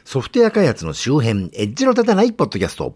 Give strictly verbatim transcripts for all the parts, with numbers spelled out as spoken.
ソフトウェア開発の周辺、エッジの立たないポッドキャスト。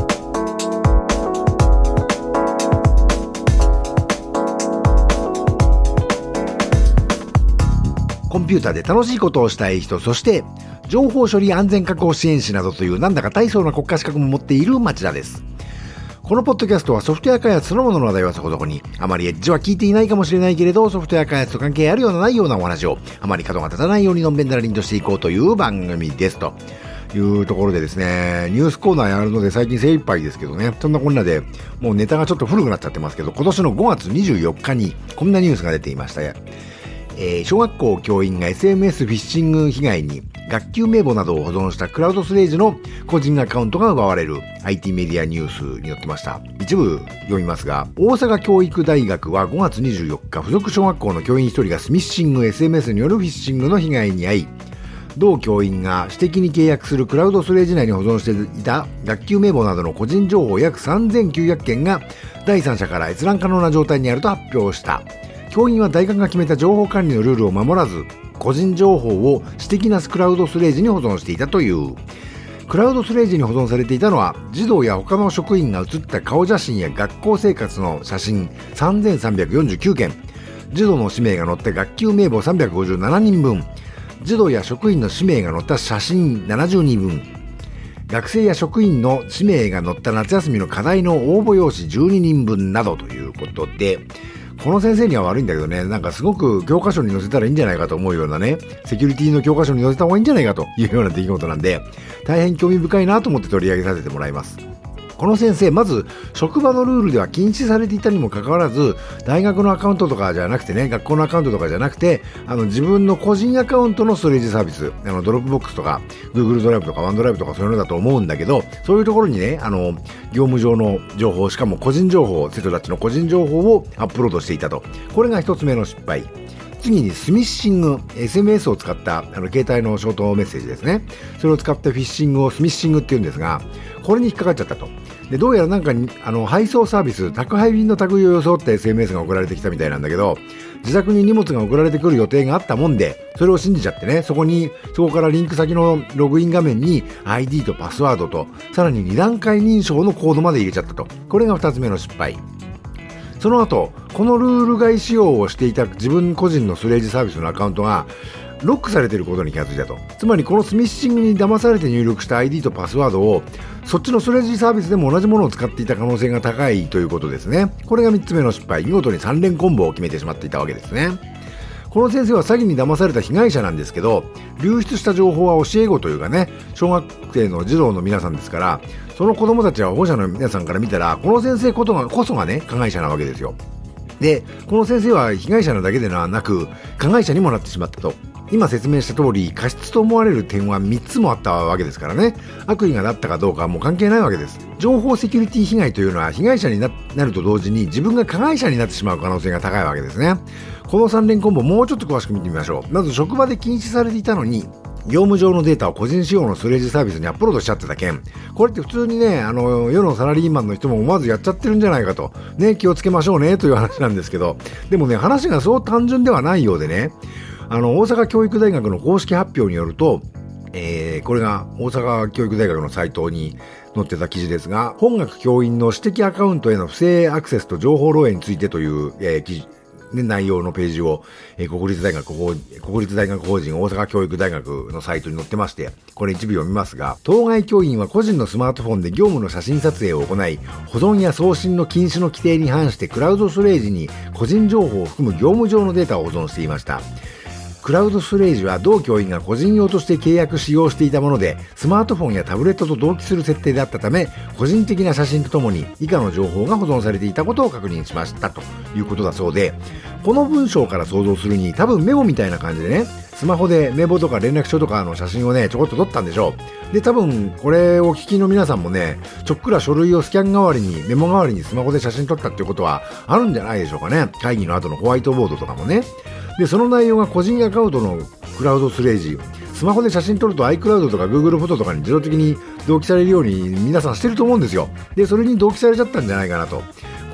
コンピューターで楽しいことをしたい人、そして情報処理安全確保支援士などというなんだか大層な国家資格も持っている町田です。このポッドキャストはソフトウェア開発そのものの話題はそこそこに、あまりエッジは聞いていないかもしれないけれど、ソフトウェア開発と関係あるようなないようなお話を、あまり角が立たないようにのんべんだらりんとしていこうという番組ですというところでですね、ニュースコーナーやるので最近精一杯ですけどね、そんなこんなでもうネタがちょっと古くなっちゃってますけど、今年のごがつにじゅうよっかにこんなニュースが出ていました。えー、小学校教員が エスエヌエス フィッシング被害に学級名簿などを保存したクラウドストレージの個人アカウントが奪われる アイティー メディアニュースに載ってました。一部読みますが、大阪教育大学はごがつにじゅうよっか、付属小学校の教員一人がスミッシング エスエヌエス によるフィッシングの被害に遭い、同教員が私的に契約するクラウドストレージ内に保存していた学級名簿などの個人情報約さんぜんきゅうひゃくけんが第三者から閲覧可能な状態にあると発表した。教員は大学が決めた情報管理のルールを守らず、個人情報を私的なクラウドストレージに保存していたという。クラウドストレージに保存されていたのは、児童や他の職員が写った顔写真や学校生活の写真さんぜんさんびゃくよんじゅうきゅうけん、児童の氏名が載った学級名簿さんびゃくごじゅうななにんぶん、児童や職員の氏名が載った写真ななじゅうにぶん、学生や職員の氏名が載った夏休みの課題の応募用紙じゅうににんぶんなどということで、この先生には悪いんだけどね、なんかすごく教科書に載せたらいいんじゃないかと思うようなね、セキュリティの教科書に載せた方がいいんじゃないかというような出来事なんで、大変興味深いなと思って取り上げさせてもらいます。この先生、まず職場のルールでは禁止されていたにもかかわらず、大学のアカウントとかじゃなくてね、学校のアカウントとかじゃなくて、あの自分の個人アカウントのストレージサービス、あのドロップボックスとか Google ドライブとかワンドライブとかそういうのだと思うんだけど、そういうところにね、あの業務上の情報、しかも個人情報、生徒たちの個人情報をアップロードしていたと。これが一つ目の失敗。次にスミッシング、エスエムエス を使ったあの携帯のショートメッセージですね。それを使ってフィッシングをスミッシングって言うんですが、これに引っかかっちゃったと。で、どうやらなんかにあの配送サービス、宅配便の類を装った エスエムエス が送られてきたみたいなんだけど、自宅に荷物が送られてくる予定があったもんで、それを信じちゃってね、そこにそこからリンク先のログイン画面に アイディー とパスワードと、さらににだんかい認証のコードまで入れちゃったと。これがふたつめの失敗。その後、このルール外使用をしていた自分個人のストレージサービスのアカウントがロックされていることに気がついたと。つまりこのスミッシングに騙されて入力した アイディー とパスワードをそっちのストレージサービスでも同じものを使っていた可能性が高いということですね。これがみっつめの失敗。見事にさん連コンボを決めてしまっていたわけですね。この先生は詐欺に騙された被害者なんですけど、流出した情報は教え子というかね、小学生の児童の皆さんですから、その子供たちは保護者の皆さんから見たら、この先生こそが、こそがね、加害者なわけですよ。で、この先生は被害者なだけではなく、加害者にもなってしまったと。今説明した通り、過失と思われる点はみっつもあったわけですからね。悪意がなったかどうかはもう関係ないわけです。情報セキュリティ被害というのは、被害者に な, なると同時に自分が加害者になってしまう可能性が高いわけですね。このさん連コンボ、もうちょっと詳しく見てみましょう。まず、職場で禁止されていたのに、業務上のデータを個人仕様のストレージサービスにアップロードしちゃってた件。これって普通にね、あの、世のサラリーマンの人も思わずやっちゃってるんじゃないかと。ね、気をつけましょうね、という話なんですけど。でもね、話がそう単純ではないようでね、あの、大阪教育大学の公式発表によると、えー、これが大阪教育大学のサイトに載ってた記事ですが、本学教員の私的アカウントへの不正アクセスと情報漏洩についてという、えー、記事、ね、内容のページを、えー、国立大学法国立大学法人大阪教育大学のサイトに載ってまして、これ一部読みますが、当該教員は個人のスマートフォンで業務の写真撮影を行い、保存や送信の禁止の規定に反してクラウドストレージに個人情報を含む業務上のデータを保存していました。クラウドストレージは同教員が個人用として契約使用していたもので、スマートフォンやタブレットと同期する設定であったため、個人的な写真とともに以下の情報が保存されていたことを確認しましたということだそうで、この文章から想像するに多分メモみたいな感じでね、スマホで名簿とか連絡書とかの写真をね、ちょこっと撮ったんでしょう。で、多分これを聞きの皆さんもね、ちょっくら書類をスキャン代わりに、メモ代わりにスマホで写真撮ったっていうことはあるんじゃないでしょうかね。会議の後のホワイトボードとかもね。で、その内容が個人アカウントのクラウドストレージ、スマホで写真撮ると iCloud とか Google フォトとかに自動的に同期されるように皆さんしてると思うんですよ。で、それに同期されちゃったんじゃないかなと。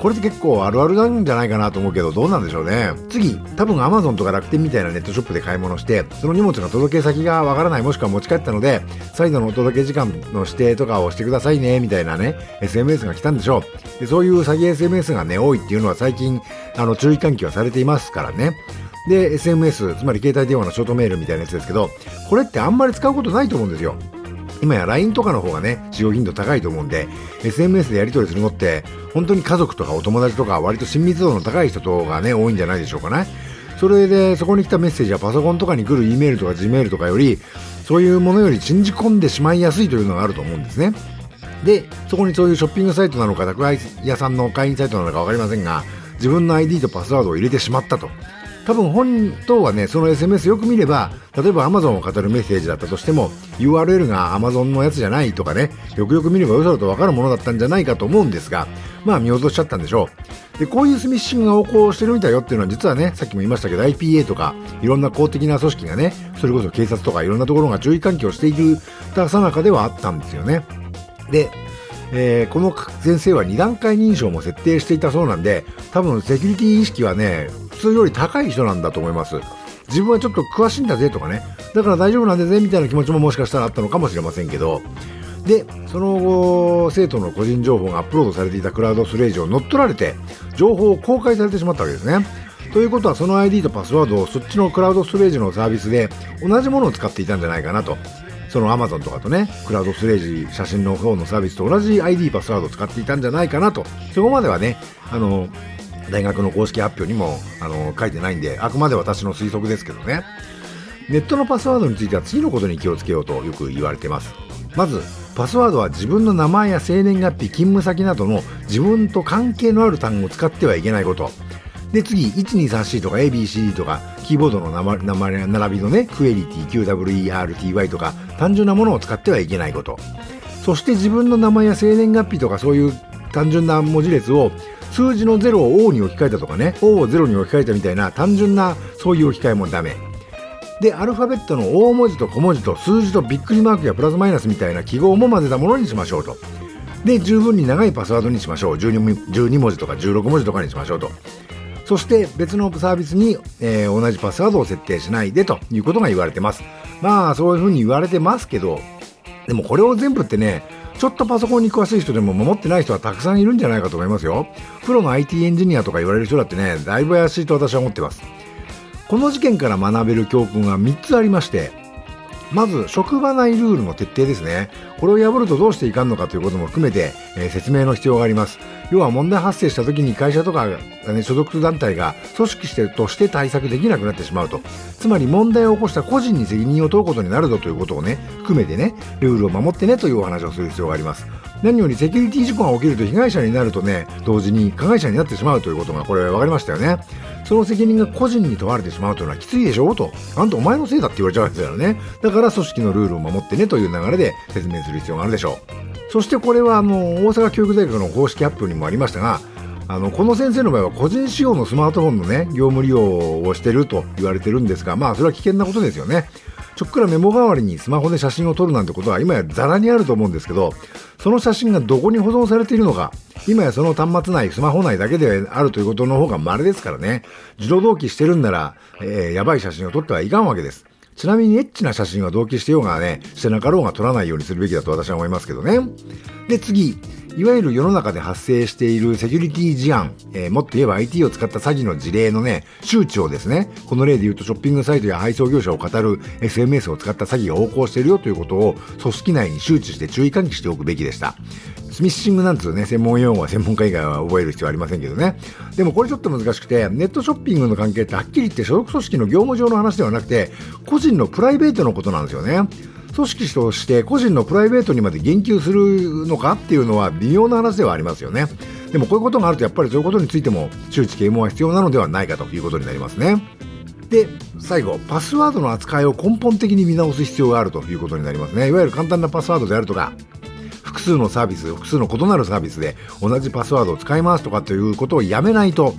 これって結構あるあるなんじゃないかなと思うけど、どうなんでしょうね。次、多分 Amazon とか楽天みたいなネットショップで買い物して、その荷物が届け先がわからない、もしくは持ち帰ったので、再度のお届け時間の指定とかをしてくださいね、みたいなね、エスエムエス が来たんでしょう。で、そういう詐欺 エスエムエス がね、多いっていうのは最近、あの、注意喚起はされていますからね。で、エスエムエス、つまり携帯電話のショートメールみたいなやつですけど、これってあんまり使うことないと思うんですよ。今や ライン とかの方がね、使用頻度高いと思うんで、エスエムエス でやり取りするのって、本当に家族とかお友達とか割と親密度の高い人とがね、多いんじゃないでしょうかね。それで、そこに来たメッセージはパソコンとかに来る E メールとか G メールとかより、そういうものより信じ込んでしまいやすいというのがあると思うんですね。で、そこにそういうショッピングサイトなのか、宅配屋さんの会員サイトなのかわかりませんが、自分の アイディー とパスワードを入れてしまったと。多分本当はね、その エスエムエス よく見れば、例えば Amazon を語るメッセージだったとしても、ユーアールエル が Amazon のやつじゃないとかね、よくよく見れば嘘だと分かるものだったんじゃないかと思うんですが、まあ見落としちゃったんでしょう。で、こういうスミッシングが横行してるみたいよっていうのは実はね、さっきも言いましたけど アイピーエー とか、いろんな公的な組織がね、それこそ警察とかいろんなところが注意喚起をしているさなかではあったんですよね。で、えー、この先生はに段階認証も設定していたそうなんで、多分セキュリティ意識はね、普通より高い人なんだと思います。自分はちょっと詳しいんだぜとかね、だから大丈夫なんだぜみたいな気持ちももしかしたらあったのかもしれませんけど、で、その後、生徒の個人情報がアップロードされていたクラウドストレージを乗っ取られて、情報を公開されてしまったわけですね。ということは、その アイディー とパスワードをそっちのクラウドストレージのサービスで同じものを使っていたんじゃないかなと。その Amazon とかとね、クラウドストレージ、写真の方のサービスと同じ アイディー パスワードを使っていたんじゃないかなと。そこまではね、あの、大学の公式発表にもあの書いてないんで、あくまで私の推測ですけどね。ネットのパスワードについては次のことに気をつけようとよく言われています。まず、パスワードは自分の名前や生年月日、勤務先などの自分と関係のある単語を使ってはいけないこと。で、次、いちにさんしとか エービーシーディー とか、キーボードの名前、並びのね、クエリティ、キューダブリューイーアールティーワイ とか、単純なものを使ってはいけないこと。そして自分の名前や生年月日とかそういう単純な文字列を数字のゼロを O に置き換えたとかね、O をゼロに置き換えたみたいな単純なそういう置き換えもダメ。で、アルファベットの大文字と小文字と数字とびっくりマークやプラスマイナスみたいな記号も混ぜたものにしましょうと。で、十分に長いパスワードにしましょう。じゅうに、じゅうに文字とかじゅうろく文字とかにしましょうと。そして別のサービスに、えー、同じパスワードを設定しないでということが言われてます。まあそういうふうに言われてますけど、でもこれを全部ってね、ちょっとパソコンに詳しい人でも守ってない人はたくさんいるんじゃないかと思いますよ。プロの アイティー エンジニアとか言われる人だってね、だいぶ怪しいと私は思ってます。この事件から学べる教訓がみっつありまして、まず職場内ルールの徹底ですね。これを破るとどうしていかんのかということも含めて、えー、説明の必要があります。要は問題発生した時に会社とか、ね、所属団体が組織してとして対策できなくなってしまうと。つまり問題を起こした個人に責任を問うことになるぞということをね、含めてね、ルールを守ってねというお話をする必要があります。何よりセキュリティ事故が起きると被害者になるとね、同時に加害者になってしまうということがこれ分かりましたよね。その責任が個人に問われてしまうというのはきついでしょうと。あんたお前のせいだって言われちゃうんですよね。だから組織のルールを守ってねという流れで説明する必要があるでしょう。そしてこれはあの大阪教育大学の公式発表にもありましたが、あのこの先生の場合は個人使用のスマートフォンのね業務利用をしていると言われてるんですが、まあそれは危険なことですよね。ちょっくらメモ代わりにスマホで写真を撮るなんてことは今やザラにあると思うんですけど、その写真がどこに保存されているのか、今やその端末内、スマホ内だけであるということの方が稀ですからね。自動同期してるんなら、えー、やばい写真を撮ってはいかんわけです。ちなみにエッチな写真は同期してようがね、してなかろうが撮らないようにするべきだと私は思いますけどね。で、次。いわゆる世の中で発生しているセキュリティ事案、えー、もっと言えば アイティー を使った詐欺の事例のね、周知をですね、この例で言うとショッピングサイトや配送業者を語る エスエムエス を使った詐欺が横行しているよということを組織内に周知して注意喚起しておくべきでした。スミッシングなんつうね、専門用語は専門家以外は覚える必要はありませんけどね。でもこれちょっと難しくて、ネットショッピングの関係ってはっきり言って所属組織の業務上の話ではなくて、個人のプライベートのことなんですよね。組織として個人のプライベートにまで言及するのかっていうのは微妙な話ではありますよね。でもこういうことがあるとやっぱりそういうことについても周知啓蒙は必要なのではないかということになりますね。で、最後、パスワードの扱いを根本的に見直す必要があるということになりますね。いわゆる簡単なパスワードであるとか、複数のサービス、複数の異なるサービスで同じパスワードを使いますとかということをやめないと、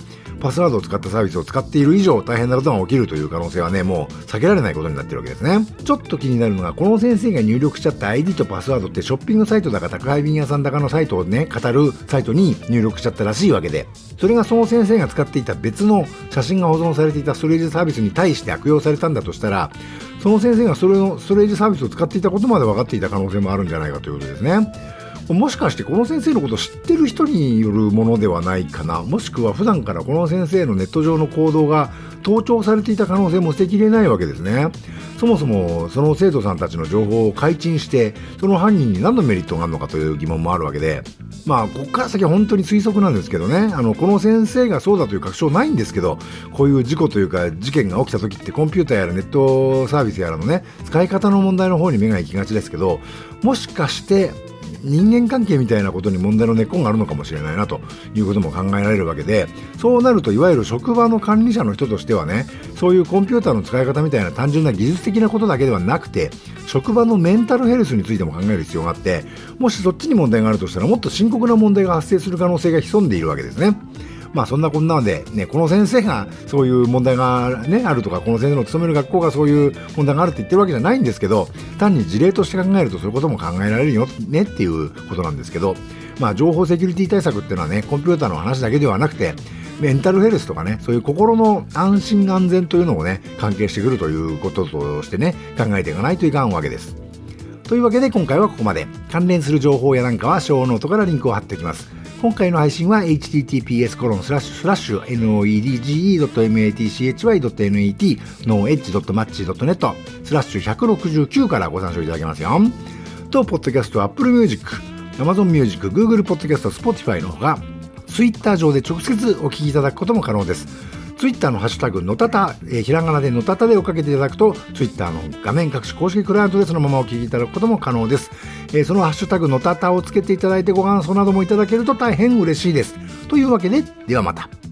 パスワードを使ったサービスを使っている以上大変なことが起きるという可能性はね、もう避けられないことになってるわけですね。ちょっと気になるのが、この先生が入力しちゃった アイディー とパスワードってショッピングサイトだか宅配便屋さんだかのサイトをね、語るサイトに入力しちゃったらしいわけで、それがその先生が使っていた別の写真が保存されていたストレージサービスに対して悪用されたんだとしたら、その先生がそれのストレージサービスを使っていたことまで分かっていた可能性もあるんじゃないかということですね。もしかしてこの先生のことを知ってる人によるものではないかな、もしくは普段からこの先生のネット上の行動が盗聴されていた可能性も捨てきれないわけですね。そもそもその生徒さんたちの情報を開陳してその犯人に何のメリットがあるのかという疑問もあるわけで、まあここから先は本当に推測なんですけどね、あのこの先生がそうだという確証ないんですけど、こういう事故というか事件が起きた時ってコンピューターやらネットサービスやらのね、使い方の問題の方に目が行きがちですけど、もしかして人間関係みたいなことに問題の根っこがあるのかもしれないなということも考えられるわけで、そうなるといわゆる職場の管理者の人としてはね、そういうコンピューターの使い方みたいな単純な技術的なことだけではなくて、職場のメンタルヘルスについても考える必要があって、もしそっちに問題があるとしたらもっと深刻な問題が発生する可能性が潜んでいるわけですね。まあそんなこんなので、ね、この先生がそういう問題が、ね、あるとか、この先生の勤める学校がそういう問題があるって言ってるわけじゃないんですけど、単に事例として考えるとそういうことも考えられるよねっていうことなんですけど、まあ情報セキュリティ対策っていうのはね、コンピューターの話だけではなくて、メンタルヘルスとかね、そういう心の安心安全というのをね、関係してくるということとしてね、考えていかないといかんわけです。というわけで今回はここまで。関連する情報やなんかは小ノートからリンクを貼っておきます。今回の配信は エイチティーティーピーエスコロンスラッシュスラッシュエヌオーイーディージーイードットマッチドットネット ノーエッジドットマッチドットネット スラッシュひゃくろくじゅうきゅうからご参照いただけますよ。と、ポッドキャスト、Apple Music、Amazon Music、Google Podcast、Spotify のほか、Twitter 上で直接お聞きいただくことも可能です。ツイッターのハッシュタグのたた、えー、ひらがなでのたたで追っかけていただくと、ツイッターの画面各種公式クライアントでそのままお聞きいただくことも可能です。えー、そのハッシュタグのたたをつけていただいてご感想などもいただけると大変嬉しいです。というわけで、ではまた。